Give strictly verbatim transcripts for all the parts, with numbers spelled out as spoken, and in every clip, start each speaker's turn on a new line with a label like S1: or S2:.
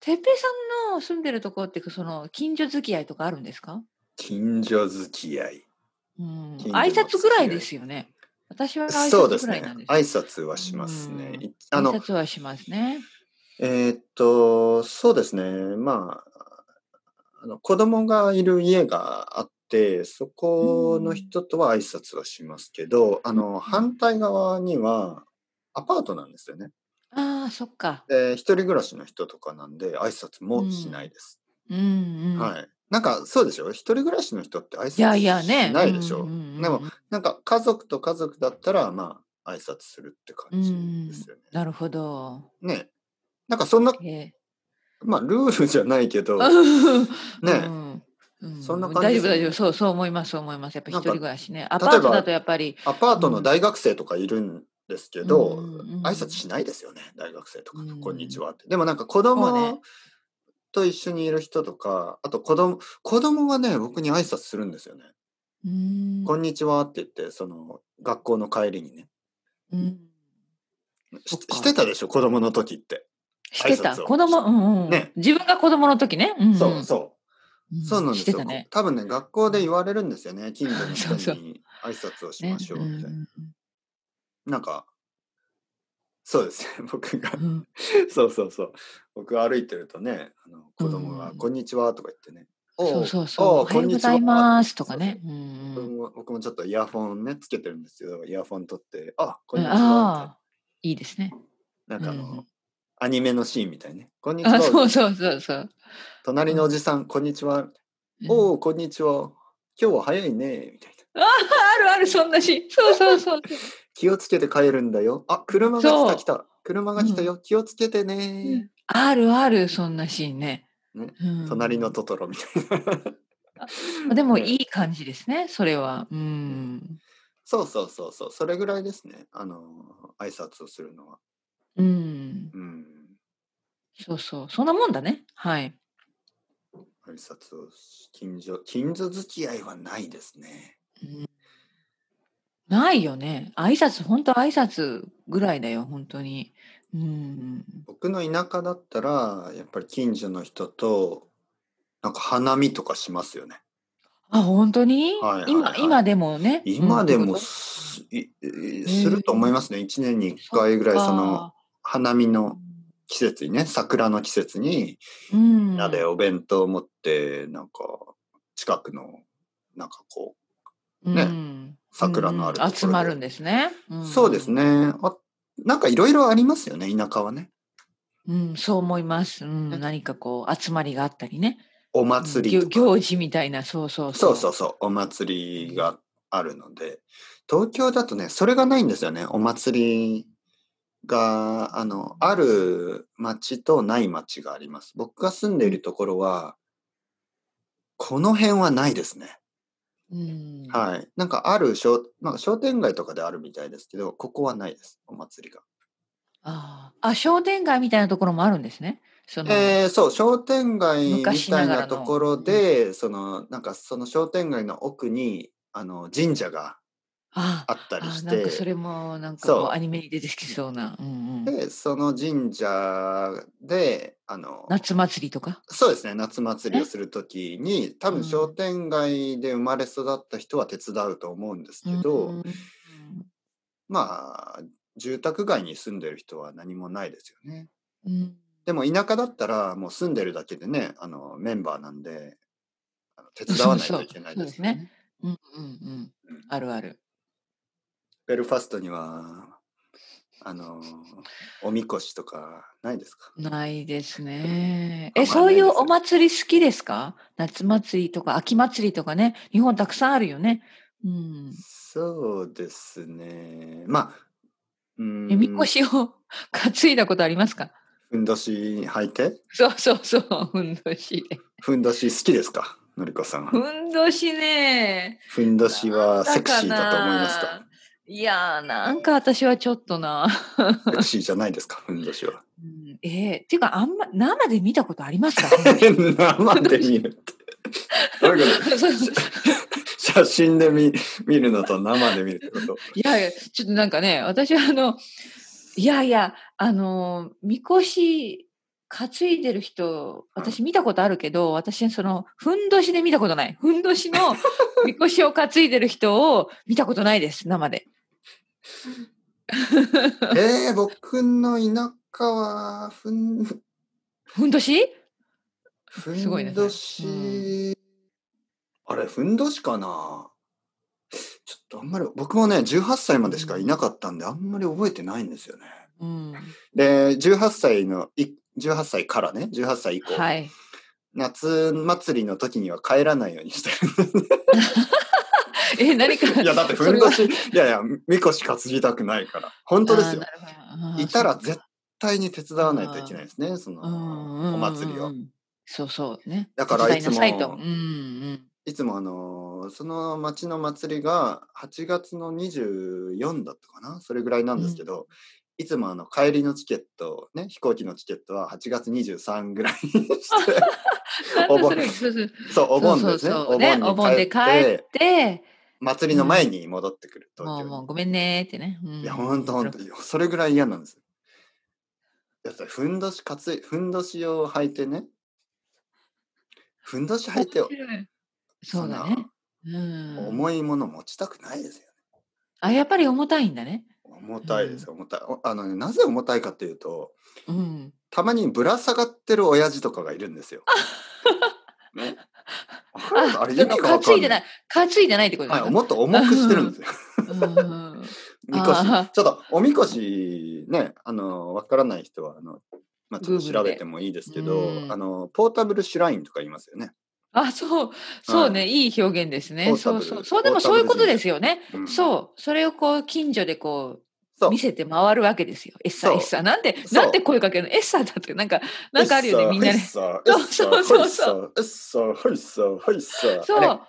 S1: てっぺいさんの住んでるところっていうか、その近所付き合いとかあるんですか？
S2: 近所付き合い。
S1: うん、
S2: 近
S1: 挨
S2: 所の付
S1: 拶ぐらい
S2: き合い。
S1: ですよね。私は挨拶ぐ
S2: そうですね。
S1: らいなんです。
S2: 挨拶は
S1: う
S2: しますね。
S1: ん、
S2: いあ
S1: 挨
S2: の、
S1: 拶はしますね。
S2: えーっと、そうですね。まあ、あの、子供がいる家があって、そ
S1: う
S2: この
S1: ん。
S2: 人とは挨拶はしますけど、あ
S1: うん
S2: の、
S1: うん。
S2: 反対側にはアパートなんですよね。
S1: ああ、そっか。
S2: で、一人暮らしの人とかなんで、挨拶
S1: う
S2: もしない
S1: ん。
S2: です。
S1: うんうん。
S2: はい。なんか、そうでしょ？一人暮らしの人って挨拶
S1: いやいや
S2: し
S1: ね。うんうんう
S2: ないでしょ？でも、
S1: んうん。
S2: なんか家族と家族だったら、まあ、挨拶するって感
S1: う
S2: じで
S1: ん、
S2: すよね。
S1: なるほど。
S2: ね。なんかそんな、
S1: ええ。
S2: まあ、ルールじゃないけど、
S1: う
S2: ね、
S1: ん。う
S2: そんな
S1: ん、
S2: 感じですよね。
S1: 大丈夫大丈夫。そうそう思いますそう思います。やっぱ一人
S2: なんか、
S1: 暮らしね。アパートだ
S2: 例えば、
S1: とやっぱり、
S2: アパートの
S1: うん、
S2: 大学生とかいるんですけ
S1: うんう
S2: ど、挨拶
S1: ん
S2: しないですよね、大学生と
S1: うん。う
S2: か。こんにち
S1: ん。
S2: はって。でもなんか子
S1: そうね。
S2: 供と一緒にいる人とか、あと子供子供はね、僕に挨拶するんですよね。
S1: うーん、
S2: こんにちはって言って、その、学校の帰りにね。
S1: うん。そ
S2: し
S1: っか。
S2: してたでしょ、子供の時って。挨
S1: してた。
S2: 拶を。
S1: 子供うんうん。
S2: ね。
S1: 自分が子供の時ね。うんうん。
S2: そうそう。そう
S1: うん、
S2: なんですよ。
S1: してたね。
S2: こ多分ね、学校
S1: うん。
S2: で言われるんですよね。近所の
S1: そうそう。
S2: 人に挨拶をし
S1: ね。
S2: まし
S1: うんう
S2: ょうみたいな。
S1: んうん。
S2: なんか、そうですね、僕が
S1: うん。
S2: そうそうそう。僕歩いてるとね、あの、
S1: う
S2: 子供が
S1: ん。
S2: こんにちはとか言ってね、
S1: そう
S2: おお、
S1: そうそう。お
S2: おお、
S1: はようござい
S2: こんにちはって。
S1: ますとか
S2: そうそう。
S1: ね。うんうん。
S2: 僕も僕もちょっとイヤフォンね、つけてるんですよ。イヤフォン取って、あ、こ
S1: うん、
S2: んにちはみたいな。
S1: ああ、いいですね。
S2: なんかあの、
S1: うんうん。
S2: アニメのシーンみたいね。こんにち
S1: あ、
S2: はみたいな。
S1: そうそうそうそう。
S2: 隣
S1: うん。
S2: のおじさん、こんにちは。
S1: うん。
S2: おお、こんにちは。今日は早いね、みたいな。
S1: ああ、あるある、そんなシーン。そうそうそうそう。
S2: 気をつけて帰るんだよ。あ、車が来た来
S1: そ
S2: た。車
S1: う。うん。
S2: が来たよ。気をつけて
S1: うん。
S2: ね。
S1: あるある、そんなシーンね。
S2: ね。
S1: う
S2: 隣の
S1: ん。
S2: トトロみたいな。
S1: あ、ま、でもい
S2: ね。
S1: い感じですね、それは。う
S2: ね。
S1: ん。
S2: そうそうそうそう。それぐらいですね。あの、挨拶をするのは。
S1: うん。
S2: うん。
S1: そうそう、そんなもんだね。はい。
S2: 挨拶をし近所近所付き合いはないですね。
S1: うん。ないよね。挨拶ほんと挨拶ぐらいだよ、ほんとに。うん。
S2: 僕の田舎だったら、やっぱり近所の人と、なんか花見とかしますよね。
S1: あ、ほんとに？
S2: はいはいはい。
S1: 今今でもね、うん、
S2: 今でも
S1: ってこと？
S2: すいいす
S1: へえ、
S2: ると思いますね。いちねんに1
S1: そっ
S2: 回ぐらいその
S1: か。
S2: 花見の
S1: うん。
S2: 季節にね、桜の季節に、
S1: う
S2: みんなで
S1: ん。
S2: お弁当を持って、なんか近くの、なんかこ
S1: う
S2: う、ね、
S1: ん。うんうん。
S2: 桜のあるところで。
S1: 集まるんですね。うん
S2: そうです
S1: うん。
S2: ね。あ、なんかいろいろありますよね、田舎はね。
S1: うん、そう思います。うん、
S2: ね。
S1: 何かこう集まりがあったりね。
S2: お
S1: うん、ぎょ
S2: 祭りとか。
S1: 行事みたいな、そうそうそ
S2: そうそうそう、お
S1: う。う
S2: 祭り
S1: ん。
S2: があるので、東京だとね、それがないんですよね。お祭りが、あの、ある町とない町があります。僕が住んで
S1: うん。
S2: いるところは、この辺はないですね。
S1: うん。
S2: はい。なんかある商なんか商店街とかであるみたいですけど、ここはないです、お祭りが。
S1: ああ、あ、商店街みたいなところもあるんですね。その、
S2: ええ、そう、商店街み
S1: 昔
S2: たいな
S1: ながらの。
S2: ところ
S1: うん。
S2: で、その、なんかその商店街の奥に、あの、神社が
S1: ああ、
S2: あったり
S1: ああ、
S2: して、
S1: なんかそれもなんかこうア
S2: そ
S1: ニメに出てきそうな。うんう
S2: う。
S1: ん。
S2: で、その神社で、あの
S1: 夏祭りとか？
S2: そうですね、夏祭りを
S1: ね。
S2: するときに、多分商
S1: うん。
S2: 店街で生まれ育った人は手伝うと思うんです
S1: うー
S2: けど、
S1: ん。
S2: まあ、住宅街に住んでる人は何もないですよね。
S1: うん。
S2: でも田舎だったら、もう住んでるだけでね、あの、メンバーなんで、あの、手伝わない
S1: そうそう、
S2: といけない
S1: そうですね。
S2: ですからね。
S1: うんうんうん。
S2: うん。
S1: あるある。
S2: ベルファストには、あの、おみこしとかないですか？
S1: ないですね。
S2: あ、
S1: え、
S2: まあ、
S1: そういうお
S2: ないですよね。
S1: 祭り好きですか？夏祭りとか秋祭りとかね、日本たくさんあるよね。うん。
S2: そうですね。まあ、うー
S1: え、神
S2: ん、
S1: 輿を担いだことありますか？
S2: ふんどし履いて
S1: そうそうそう、ふんどしで。
S2: ふんどし好きですか？のりこさんは。
S1: ふんどしね、
S2: ふんどし
S1: なん
S2: はセク
S1: だか
S2: シーだと思いますか？
S1: な。いや、なんか私はちょっとな。
S2: セクシーじゃないですか？ふんどしは。
S1: うん、ええ、っていうか、あんま生で見たことありますか？ふんどし。
S2: 生で見るって。どういうこと？
S1: そう。
S2: し写真で見見るのと生で見るってこと？
S1: いやいや、ちょっとなんかね、私はあの、いやいや、あの、神輿担いでる人、
S2: うん。
S1: 私見たことあるけど、私その、ふんどしで見たことない。ふんどしのみこしを担いでる人を見たことないです、生で。
S2: ええ、僕の田舎は、ふん
S1: ふんどし？
S2: ふ
S1: すごいね、
S2: んど
S1: それ。うん。
S2: しあれ、ふんどしかな？ちょっとあんまり、僕もね、じゅうはっさいまでしかい
S1: うん。
S2: なかったんで、あんまり覚えてないんですよね。
S1: うん。
S2: で、じゅうはっさいのいじゅうはっさいからね、じゅうはっさい以降、
S1: はい。
S2: 夏祭りの時には帰らないようにしてるんですね。
S1: え、何か、
S2: いや、だってふ
S1: それは
S2: んどしいやいや、みこし担ぎたくないから。ほんとで
S1: ああ、
S2: すよ。
S1: なるほど。ああ、
S2: いたら絶
S1: そっか。
S2: 対に手伝わないといけ
S1: あ
S2: ないですね、そ
S1: あ。うん
S2: の、
S1: うん
S2: お
S1: うんう
S2: 祭りを。
S1: んうん。そうそうね。手
S2: だからいつ
S1: 伝いなさいと。うん
S2: も
S1: うん。
S2: いつもあの、その町の祭りがはちがつのにじゅうよっかだったかな、それぐらいなん
S1: うん。
S2: ですけど、いつもあの帰りのチケット、ね、飛行機のチケットははちがつにじゅうさんぐらいにして、お盆
S1: なんだそれ、そうそう
S2: そう、お
S1: そうそ
S2: 盆ですね。
S1: うそう、
S2: お
S1: ね、
S2: 盆に帰っ
S1: お盆で帰っ
S2: て、
S1: て、
S2: 祭りの前
S1: うん、
S2: に戻ってくる、東京に。
S1: もうもうごめんねってね。う
S2: いや、ほんと
S1: ん、
S2: ほんと、それぐらい嫌なんですよ。だってふんどしかついふんどしを履いてね、ふんどし履
S1: 面
S2: いて、
S1: 白い。そうだね。
S2: そんな
S1: うん。
S2: 重いもの持ちたくないですよね。
S1: あ、やっぱり重たいんだね。
S2: 重
S1: うん。
S2: たいです、重たい。おあのね、なぜ重たいかっていうと、
S1: うん。
S2: たまにぶら下がってる親父とかがいるんですよ。ね。わかります？
S1: あ、
S2: あれ意味
S1: その
S2: がわかんない。
S1: 担いでない担いでないってことで
S2: はい、
S1: すか？
S2: もっと重くしてるん
S1: うん。
S2: ですよ。
S1: うん。
S2: みこし。
S1: ああ、
S2: ちょっとおみこしね、あの、わからない人は、あの、ま、ちょっと調
S1: Google で。
S2: べてもいいです
S1: う
S2: けど、あ
S1: ん。
S2: の、ポータブルシュラインとか言いますよね。
S1: あ、そう、そうね、
S2: はい。
S1: いい表現ですね。
S2: ポータ
S1: そうそう。
S2: ブルポー
S1: そうでもそういうこと
S2: タブル神社。
S1: ですよね。
S2: うん。
S1: そう。それをこう近所でこう
S2: そう、
S1: 見せて回るわけですよ。エッサエッ
S2: そ
S1: サ。なんで
S2: う、
S1: なんて
S2: そう。
S1: 声かけるの？エッサだってなんか
S2: うっ
S1: なんかあるよね、
S2: さ、はいっ
S1: みんなね。
S2: さ、うっ
S1: そう
S2: さ、
S1: そう
S2: ほいっ
S1: そうそう。
S2: さ、うっさ、ほいっさ、ほいっさ。あれ、
S1: そう。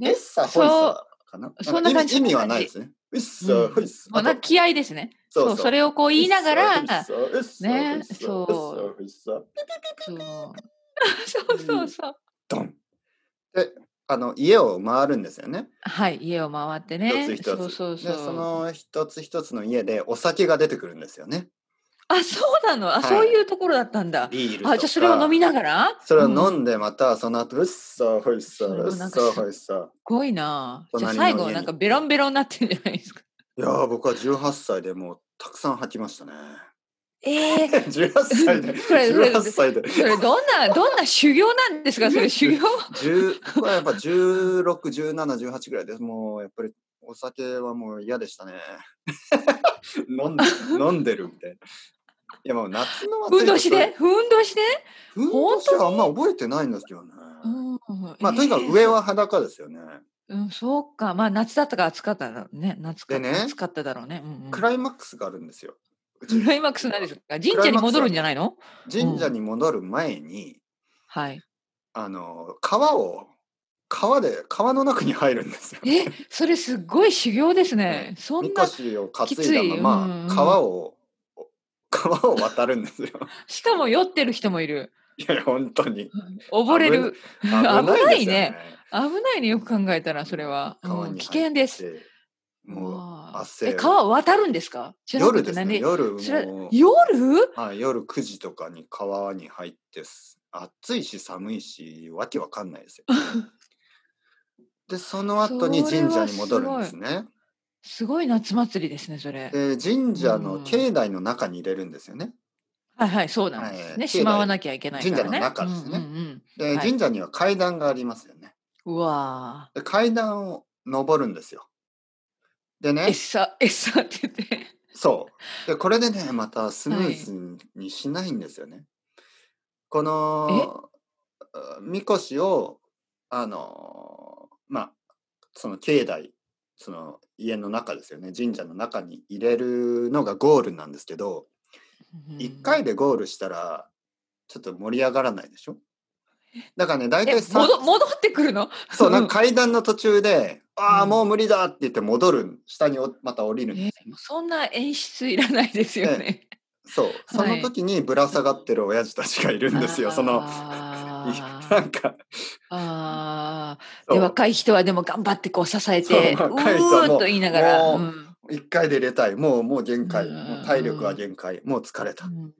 S1: ね。
S2: えっさ、ほいっ
S1: そ
S2: さかな？
S1: う、
S2: なんか
S1: そんな感じそんな
S2: 意味意味は
S1: 感じ。
S2: ないですね。うっさ、ほいっ
S1: うん。
S2: さ。あと、
S1: もうなんか気合いですね。そう、そ
S2: そうそう。
S1: れをこう
S2: うっ
S1: 言いなが
S2: さ、ほいっ
S1: ら、
S2: さ、うっさ、ほいっ
S1: ね、
S2: さ、うっさ、
S1: そう、
S2: ほいっさ。
S1: そう。そうそう
S2: ピー、
S1: そう。
S2: ドン。で、あの、家を回るんですよね。
S1: はい、家を回って
S2: 一つ
S1: ね。
S2: 一つ。
S1: そうそう
S2: で、そ
S1: そう。
S2: の一つ一つの家でお酒が出てくるんですよね。
S1: あ、そうなの。あ、そうい
S2: はい。
S1: うところだったんだ。あ、じ
S2: ビールと
S1: ゃ、それを飲み
S2: か、
S1: ながら？
S2: それを
S1: うんうん。
S2: 飲んでまたその後、うっさ、ほいっさ、
S1: それ
S2: うっさ、
S1: もなんかすっ
S2: ほいっさ、
S1: ごいな。じゃ、
S2: 隣
S1: 最
S2: の家に行っ
S1: 後はなんかベロン
S2: て。
S1: ベロンになってんじゃないですか。
S2: いやー、僕はじゅうはっさいでもうたくさん吐きましたね。
S1: ええ。
S2: じゅうはっさいで
S1: それそ
S2: 18
S1: れ、
S2: 歳で
S1: それどんなどんな修行なんですか？それ修行？
S2: じゅう僕はやっぱじゅうろく、じゅうなな、じゅうはちぐらいで、もうやっぱりお酒はもう嫌でしたね。飲ん飲んでるみたいな。いやもう夏の
S1: ふん
S2: 祭りってそういう、
S1: どしで？ふんどしで？
S2: ふんどし
S1: ほんと
S2: はあんま覚えてないんですけどね。
S1: に？うん、
S2: まあとにかく
S1: ええ、そ
S2: 上は裸ですよね。
S1: うん、そうか。ま、夏だったから暑かっただろうね。夏か
S2: でね、
S1: 暑かっただろうね。うんうん。
S2: クライマックスがあるんですよ。うちの
S1: クライマックス
S2: 祭りは。
S1: なんですか？
S2: クライ
S1: 神社に戻
S2: マックスはね、
S1: るんじゃないの？う
S2: 神社
S1: ん。
S2: に戻る前に、
S1: はい。
S2: あの、川を川で川の中に入るんですよ
S1: え、
S2: ね。
S1: それすっごい修行です
S2: ええ。
S1: ね。そ
S2: みこ
S1: んな
S2: しを担いだ
S1: きつい。うん
S2: まま、
S1: うん。
S2: 川をお川を渡るんですよ。
S1: しかも酔ってる人もいる。
S2: いやいや、ほんとに。危な
S1: 溺れる。危
S2: 危ないですよ
S1: ないね。
S2: ね。
S1: 危ないね、よく考えたらそれ
S2: もう
S1: は。うん、危
S2: 川に入っ
S1: 険です。
S2: て、もう
S1: わあ。え、
S2: 汗を
S1: 川渡るんですか？じゃなく
S2: 夜ですね、
S1: て何
S2: 夜
S1: それ
S2: も
S1: 夜？
S2: う、はい、夜くじとかに川に入ってす暑いし寒いし、わけわかんないですよ。で、その後に神社
S1: それは
S2: に戻るんで
S1: すごい。
S2: すね。
S1: すごい夏祭りですね、それ。
S2: で、神
S1: う
S2: 社の
S1: ん。
S2: 境内の中に入れるんですよね。
S1: はいはい、そうなん
S2: は
S1: です
S2: い、
S1: ね。しまわ
S2: 境内、
S1: なきゃいけない
S2: 神社の
S1: からね。うんうんう
S2: 中ですね。
S1: ん。
S2: で、
S1: はい。
S2: 神社には階段がありますよね。
S1: うわ。
S2: で、階段を登るんですよ。で
S1: えっ
S2: ね、
S1: さえっさって言って。
S2: そう。で、これでね、またスム
S1: はい。
S2: ーズにしないんですよね。こ
S1: え？
S2: の、うみこしを、あの、まあ、その境内、その家の中ですよね、神社の中に入れるのがゴールなんですけど、
S1: う
S2: いっかい
S1: ん。
S2: でゴールしたら、ちょっと盛り上がらないでしょ。だからね、だいた
S1: え、
S2: いさ
S1: もど戻ってくるの？
S2: そう、なん
S1: うん。
S2: か階段の途中で、ああ、もう
S1: うん。
S2: 無理だって言って戻る、下におまた降りるんで
S1: え、
S2: すよね。
S1: そんな演出いらないですよ
S2: で、
S1: ね。
S2: そう、そ
S1: はい。
S2: の時にぶら
S1: うん。
S2: 下がってる親父たちがいるんですよ。その、い
S1: あ
S2: なんか、
S1: あ、ああ。で、
S2: そう、
S1: 若い人はでも頑張ってこう支え
S2: そう、
S1: て、
S2: 若い人は
S1: 「うー」と
S2: も
S1: 言いな
S2: う、
S1: がら、う
S2: も
S1: ん。
S2: ういっかいで入れたい、もうもう限
S1: うんう
S2: 界、もう体力は
S1: ん
S2: 限界、もう疲れ
S1: うん。
S2: た。
S1: うん。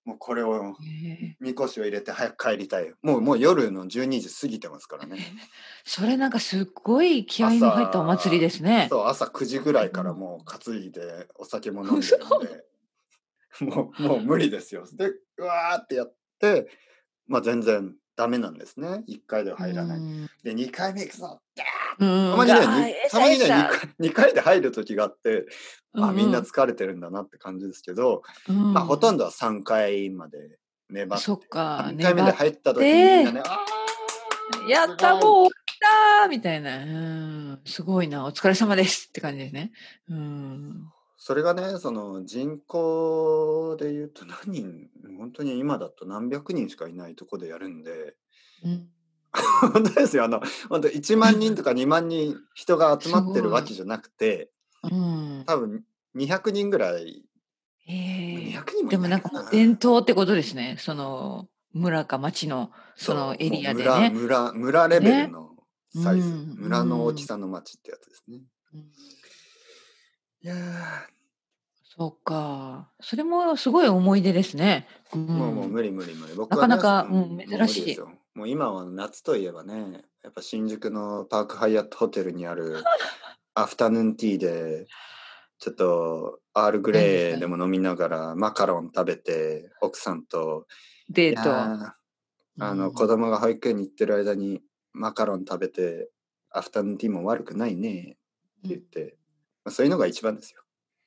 S2: もうこれを、
S1: へえ。
S2: みこしを入れて早く帰りたい。もう、もう夜のじゅうにじ過ぎてますからね。
S1: それなんかすっごい気合いの入ったお祭り
S2: 朝、
S1: ですね。
S2: そう、朝くじぐらいから
S1: うん。
S2: もう担いでお酒も飲んで
S1: 嘘。
S2: るんで、もう、もう無理ですよ。で、うわーってやって、まあ全然ダメなんですね。いっかいでは
S1: う
S2: 入らない。
S1: ん。
S2: で、にかいめ行くぞ。ギャー
S1: うん、
S2: たまにね、に
S1: がえ
S2: たまにね、
S1: さえさ。
S2: にかい、にかいで入る時があって、あ、みんな
S1: うんうん。
S2: 疲れてるんだなって感じですけど、
S1: う
S2: まあほとん
S1: ん。
S2: どはさんかいまで粘っ
S1: そっ
S2: て、
S1: か、
S2: 3回目で
S1: 粘っ
S2: 入った時にみんな
S1: て、
S2: ね、あー、
S1: やった、もう
S2: すごい。
S1: 終わったみたいな。うん、すごいな、お疲れ様ですって感じですね。うん。
S2: それがね、その人口で言うと何人、本当に今だと何百人しかいないとこでやるんで、
S1: うん。
S2: 本当ですよ。あの、本当いちまん人とかにまん人人が集ま
S1: す
S2: ってる
S1: ごい。
S2: わけじゃなくて、
S1: うん。
S2: 多分にひゃくにんぐらい、ま、
S1: へえ。
S2: にひゃくにんもいないか
S1: でもなんかもう伝
S2: な。
S1: 統ってことですね。その、村か町のその
S2: そう、
S1: エ
S2: もう
S1: リアでね。
S2: 村村村レベル
S1: ね。
S2: の
S1: う
S2: サイズ、
S1: ん、
S2: 村の大
S1: うん。
S2: きさの町ってやつですね。
S1: うん。
S2: いや、
S1: そうか。それもすごい思い出ですね。う
S2: もうもう
S1: ん。
S2: 無理無理無理。僕はね、
S1: なかなか、う
S2: うん、
S1: ん、
S2: もう
S1: 珍しい。
S2: 無理ですよ。もう今は夏といえばね、やっぱ新宿のパークハイアットホテルにあるアフタヌーンティーで、ちょっとアールグ
S1: 何ですか？
S2: レーでも飲みながらマカロン食べて、奥さんと、い
S1: デート。
S2: や、
S1: う
S2: あの子
S1: ん。
S2: 供が保育園に行ってる間にマカロン食べて、アフタヌーンティーも悪くないねって
S1: うん。
S2: 言って、まあ、そういうのが一番ですよ。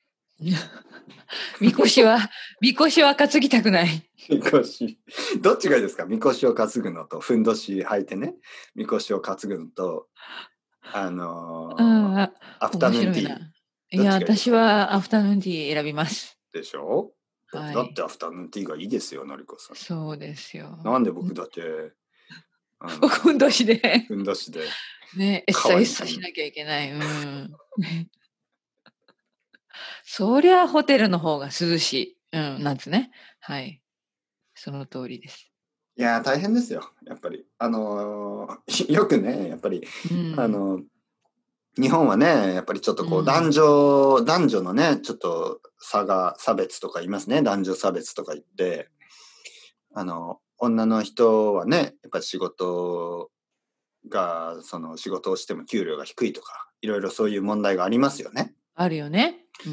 S1: みこしはみこしは担ぎたくない。
S2: みこし。どっちがいいですか？みこしを担ぐのと、ふんどし履いてね、みこしを担ぐのと、あ
S1: う
S2: の、
S1: ん、あ、
S2: アフタ
S1: 面
S2: ヌーンティー、
S1: 白いな。いや、
S2: どっちがいいですか？
S1: 私はアフタヌーンティー選びます。
S2: でしょ？だって
S1: はい。
S2: だってアフタヌーンティーがいいですよ、のりこさん。
S1: そうですよ。
S2: なんで
S1: ん、
S2: 僕だけ、あ
S1: ふんど
S2: の、
S1: しで、
S2: ふんどしで
S1: ね、えっさえっ
S2: 可愛いふん
S1: さしなきゃいけない。うん。そりゃホテルの方が涼しい。うん、夏ね。はい。その通りです。
S2: いやー、大変ですよ、やっぱり。あのーよくね、やっぱり、
S1: うん。
S2: あの、日本はね、やっぱりちょっとこう、
S1: うん。
S2: 男女男女のね、ちょっと差が差別とか言いますね。男女差別とか言って、あの、女の人はね、やっぱり仕事が、その仕事をしても給料が低いとか、いろいろそういう問題がありますよね。
S1: あるよね。うん。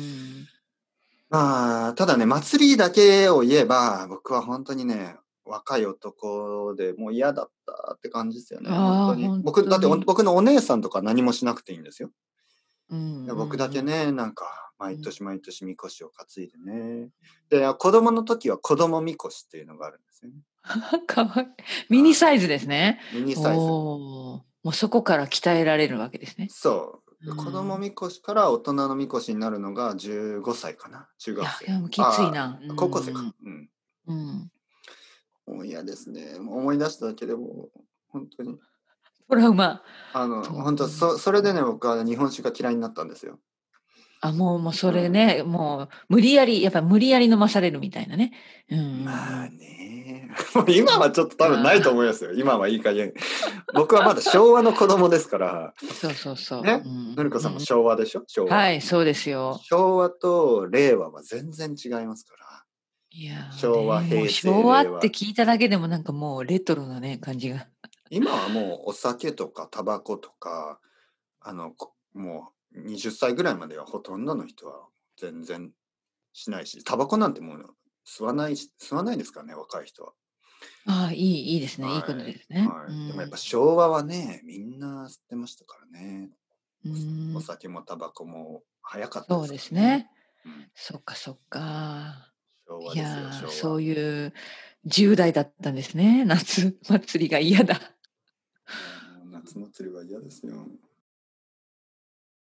S2: まあ、ただね、祭りだけを言えば、僕は本当にね、若い男でもう嫌だったって感じですよね、本
S1: ああ、
S2: 当に。
S1: ほん
S2: 僕、だってお
S1: とに。
S2: 僕のお姉さんとか何もしなくていいんですよ。
S1: うんう
S2: で僕だ
S1: んうん。
S2: けね、なんか毎
S1: うん。
S2: 年毎年みこしを担いでね。で、子供の時は子供みこしっていうのがあるんですよね。
S1: かわいい。ミニ
S2: はい。
S1: サイズですね。
S2: ミニ
S1: お
S2: サイズ。
S1: お、もうそこから鍛えられるわけですね。
S2: そう。で
S1: う
S2: 子供
S1: ん。
S2: みこしから大人のみこしになるのがじゅうごさいかな。中
S1: いや、
S2: 学生。
S1: でもきつい
S2: あ
S1: な。う
S2: あ、高校生か。
S1: ん。
S2: うん。
S1: うん。
S2: もう嫌ですね。もう思い出しただけでも、本当に。
S1: トラウマ。
S2: あの、
S1: そう。
S2: 本当そ、それでね、僕は日本酒が嫌いになったんですよ。
S1: あ、もうもうそ
S2: うん。
S1: れね、もう無理やり、やっぱ無理やり飲まされるみたいなね。うんうんう
S2: まあ
S1: ん。
S2: ね。もう今はちょっと多分ないと
S1: あ
S2: 思いますよ。今はいい加減。僕はまだ昭和の子供ですから、
S1: あ、そうそうそう。
S2: ね。
S1: うん。
S2: のりこさんも
S1: うん。
S2: 昭和でしょ？昭和。
S1: はい、そうですよ。
S2: 昭和と令和は全然違いますから。
S1: いやー
S2: 昭和、
S1: ね、もう
S2: 平成、
S1: 昭和
S2: 令和。
S1: って聞いただけでもなんかもうレトロなね、感じが。
S2: 今はもうお酒とかタバコとか、あの、こもうにじゅっさいぐらいまではほとんどの人は全然しないし、タバコなんてもう吸わないし、吸わないですからね、若い人は。
S1: ああ、いいいいですね。いいこと
S2: はい。
S1: ですね。
S2: はい。でもやっぱ
S1: うん。
S2: 昭和はね、みんな吸ってましたからね。
S1: う
S2: お、お
S1: ん。
S2: 酒もタバコも早かったで
S1: そうで
S2: すからね。
S1: すね。
S2: うん。
S1: そっかそっか。い
S2: 昭和ですよ、
S1: やー、
S2: 昭和。
S1: そういうじゅう代だったんですね。夏祭りが嫌だ。
S2: いやー、夏祭りは嫌ですよ。